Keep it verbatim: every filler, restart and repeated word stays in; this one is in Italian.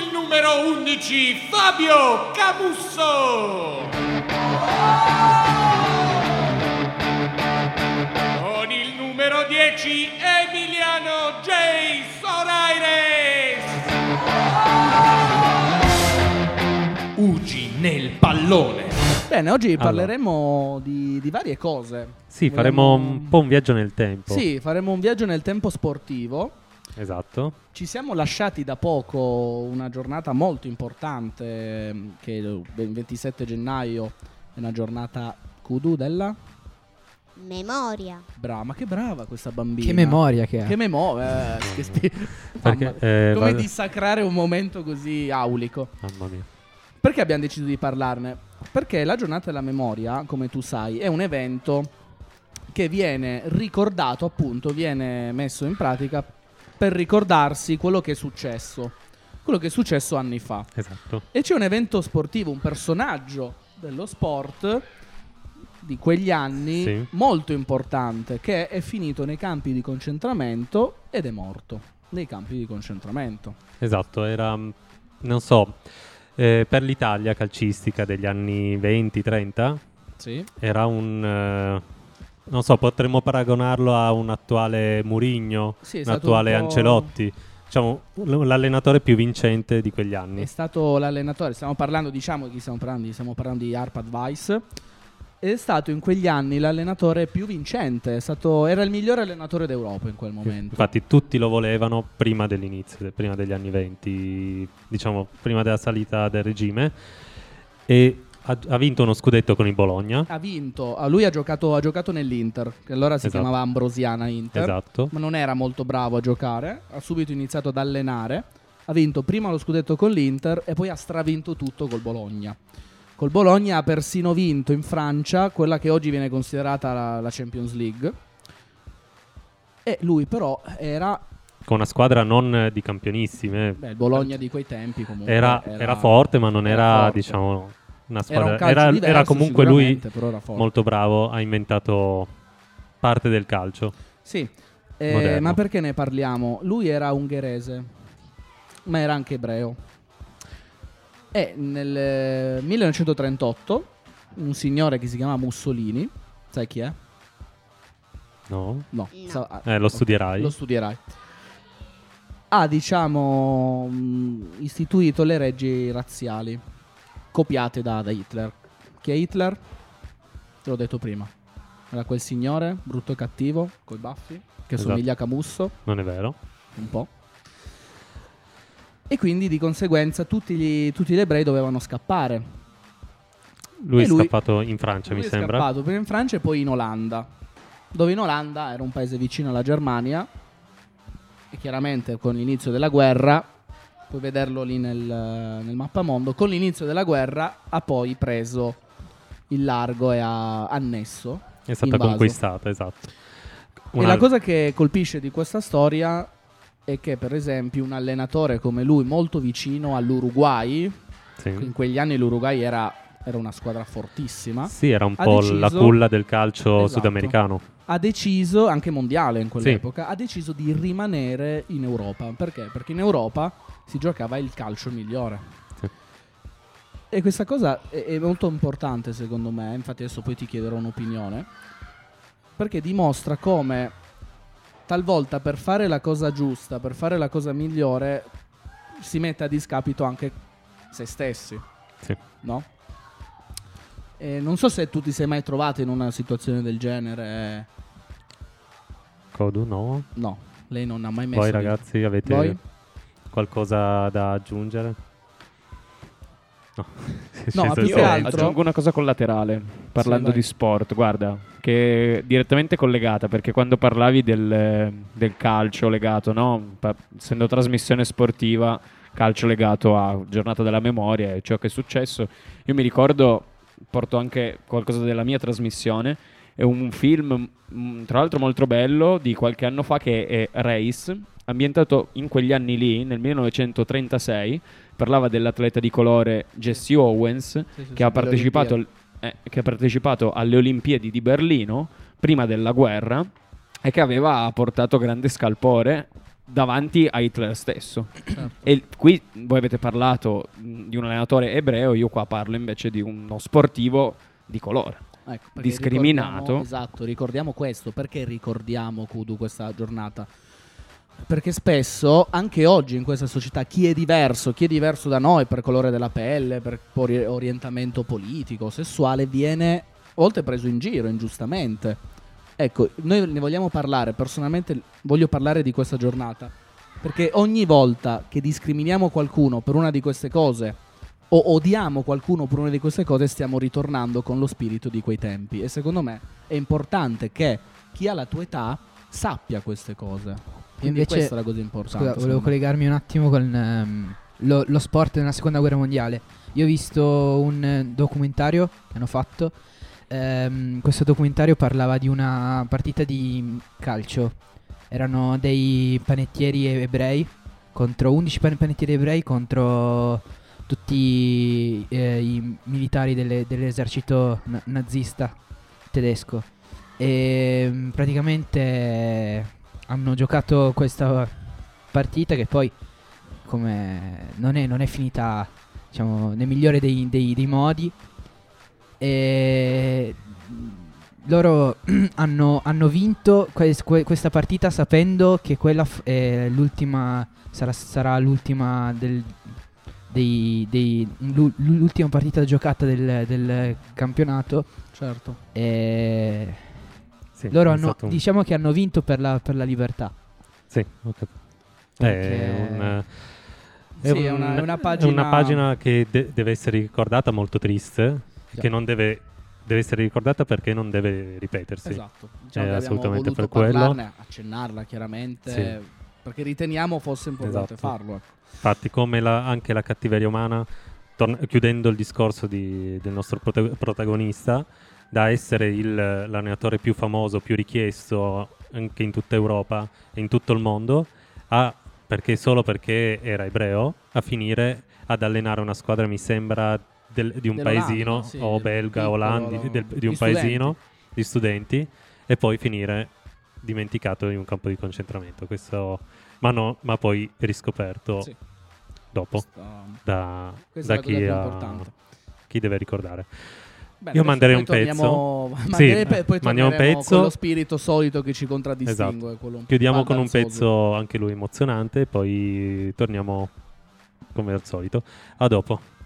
il numero undici Fabio Camusso. Con il numero dieci Emiliano J. Soraires. Ugi nel pallone. Bene, oggi Allora. parleremo di, di varie cose. Sì, Vogliamo- faremo un po' un viaggio nel tempo. Sì, faremo un viaggio nel tempo sportivo. Esatto. Ci siamo lasciati da poco una giornata molto importante, ehm, che il ventisette gennaio è una giornata Kudu della... Memoria. Brava, ma che brava questa bambina. Che memoria che ha. Che memoria. eh, che spi- Perché, Mamma- eh, come va- dissacrare un momento così aulico. Mamma mia. Perché abbiamo deciso di parlarne? Perché la giornata della memoria, come tu sai, è un evento che viene ricordato, appunto, viene messo in pratica per ricordarsi quello che è successo, quello che è successo anni fa. Esatto. E c'è un evento sportivo, un personaggio dello sport di quegli anni Sì. molto importante, che è finito nei campi di concentramento ed è morto nei campi di concentramento. Esatto, era, mm, non so, eh, per l'Italia calcistica degli anni venti trenta Sì. era un, eh, non so, potremmo paragonarlo a un attuale Mourinho, Sì, è un stato attuale un po'- Ancelotti, diciamo l- l'allenatore più vincente di quegli anni. È stato l'allenatore, stiamo parlando, diciamo di chi stiamo parlando, stiamo parlando di Arpad Weiss. È stato in quegli anni l'allenatore più vincente, è stato, era il migliore allenatore d'Europa in quel momento. Infatti tutti lo volevano prima dell'inizio, prima degli anni venti, diciamo prima della salita del regime, e ha, ha vinto uno scudetto con il Bologna. Ha vinto, ah, lui ha giocato, ha giocato nell'Inter, che allora si Esatto. chiamava Ambrosiana Inter, Esatto. ma non era molto bravo a giocare, ha subito iniziato ad allenare, ha vinto prima lo scudetto con l'Inter e poi ha stravinto tutto col Bologna. Col Bologna ha persino vinto in Francia quella che oggi viene considerata la, la Champions League. E lui però era, Con una squadra non di campionissime. beh, il Bologna di quei tempi comunque. Era, era forte, ma non era era, forte. diciamo, una Era squadra. un calcio Era, diverso, era comunque lui sicuramente, però era forte. molto bravo, ha inventato parte del calcio. Sì, eh, Moderno. ma perché ne parliamo? Lui era ungherese, ma era anche ebreo. E nel eh, millenovecentotrentotto un signore che si chiama Mussolini, sai chi è? No? No, No. sa- ah, Eh, lo ok, studierai. Lo studierai. Ha, diciamo, mh, istituito le leggi razziali copiate da, da Hitler. Chi è Hitler? Te l'ho detto prima. Era quel signore brutto e cattivo, coi baffi, che Esatto. somiglia a Camusso, Non è vero? un po'. E quindi di conseguenza tutti gli, tutti gli ebrei dovevano scappare. Lui E è lui- scappato in Francia, Lui mi è sembra. scappato prima in Francia e poi in Olanda, dove in Olanda era un paese vicino alla Germania e chiaramente con l'inizio della guerra, puoi vederlo lì nel, nel mappamondo, con l'inizio della guerra ha poi preso il largo e ha annesso, È stata invaso. conquistata, esatto. E Una- la cosa che colpisce di questa storia è che per esempio un allenatore come lui, molto vicino all'Uruguay, sì. in quegli anni l'Uruguay era, era una squadra fortissima, Sì, era un ha po' deciso- la culla del calcio Esatto. sudamericano. ha deciso, anche mondiale in quell'epoca, ha deciso di rimanere in Europa. Perché? Perché in Europa si giocava il calcio migliore. Sì. E questa cosa è, è molto importante secondo me, infatti adesso poi ti chiederò un'opinione, perché dimostra come talvolta per fare la cosa giusta, per fare la cosa migliore, si mette a discapito anche se stessi, Sì. no? E non so se tu ti sei mai trovato in una situazione del genere. Codu, no? No, lei non ha mai messo. Voi lì. ragazzi avete Voi? qualcosa da aggiungere? No. No, ma più Sì, che sì. altro- Aggiungo una cosa collaterale, parlando vai. di sport, guarda, che è direttamente collegata, perché quando parlavi del, del calcio legato, no? Pa- essendo trasmissione sportiva, calcio legato a giornata della memoria e ciò che è successo, io mi ricordo, porto anche qualcosa della mia trasmissione, è un film, mh, tra l'altro molto bello, di qualche anno fa, che è Race, ambientato in quegli anni lì, nel millenovecentotrentasei, parlava dell'atleta di colore Jesse Owens, Sì, sì, sì, che, ha delle partecipato, Olimpiadi. eh, che ha partecipato alle Olimpiadi di Berlino prima della guerra e che aveva portato grande scalpore davanti a Hitler stesso. Certo. E qui voi avete parlato mh, di un allenatore ebreo, io qua parlo invece di uno sportivo di colore. Ecco, perché discriminato. ricordiamo- esatto, ricordiamo questo. Perché ricordiamo, Kudu, questa giornata? Perché spesso, anche oggi in questa società, chi è diverso, chi è diverso da noi per colore della pelle, per ori- orientamento politico, sessuale, viene a volte preso in giro ingiustamente. Ecco, noi ne vogliamo parlare, personalmente voglio parlare di questa giornata, perché ogni volta che discriminiamo qualcuno per una di queste cose o odiamo qualcuno per una di queste cose, stiamo ritornando con lo spirito di quei tempi. E secondo me è importante che chi ha la tua età sappia queste cose. Quindi Invece- questa è la cosa importante. Scusa, volevo secondo me. collegarmi un attimo con ehm, lo, lo sport nella seconda guerra mondiale. Io ho visto un eh, documentario che hanno fatto. Ehm, questo documentario parlava di una partita di calcio. Erano dei panettieri e- ebrei contro undici pan- panettieri ebrei contro tutti eh, i militari delle- dell'esercito na- nazista tedesco. E mm, praticamente hanno giocato questa partita che poi come non è, non è finita, diciamo, nel migliore dei, dei- dei modi. E loro hanno, hanno vinto que- que- questa partita sapendo che quella f- è l'ultima sarà, sarà l'ultima del, dei, dei- l'u- l'ultima partita giocata del, del campionato. Certo. E Sì, loro è hanno, stato un- diciamo che hanno vinto per la, per la libertà. Sì, ho capito. Perché- È un- Sì, è una- è una pagina- è una pagina che de- deve essere ricordata, molto triste, Sì. che non deve, deve essere ricordata perché non deve ripetersi. Esatto. Diciamo Eh, che abbiamo assolutamente voluto per quello. parlarne, accennarla chiaramente, Sì. perché riteniamo fosse importante Esatto. farlo. Ecco. Infatti, come la- anche la cattiveria umana, torn- chiudendo il discorso di- del nostro prota- protagonista, da essere il, l'allenatore più famoso, più richiesto anche in tutta Europa e in tutto il mondo, a, perché solo perché era ebreo, a finire ad allenare una squadra, mi sembra, del- di un Dell'Olanda, paesino, sì, o del belga, piccolo, olandi, lo- del- di di un paesino studenti. di studenti, e poi finire dimenticato in un campo di concentramento. Questo, ma, no, ma poi riscoperto Sì. dopo Questa- da, questa da è la cosa chi, più ha- importante. chi deve ricordare. Bene, Io adesso manderei poi un pezzo. torniamo- Sì, manderei pe- poi mandiamo un torneremo pezzo. con lo spirito solito che ci contraddistingue. Esatto. quello un po' Chiudiamo con un baldanzoso. pezzo anche lui emozionante, poi torniamo come al solito. A dopo.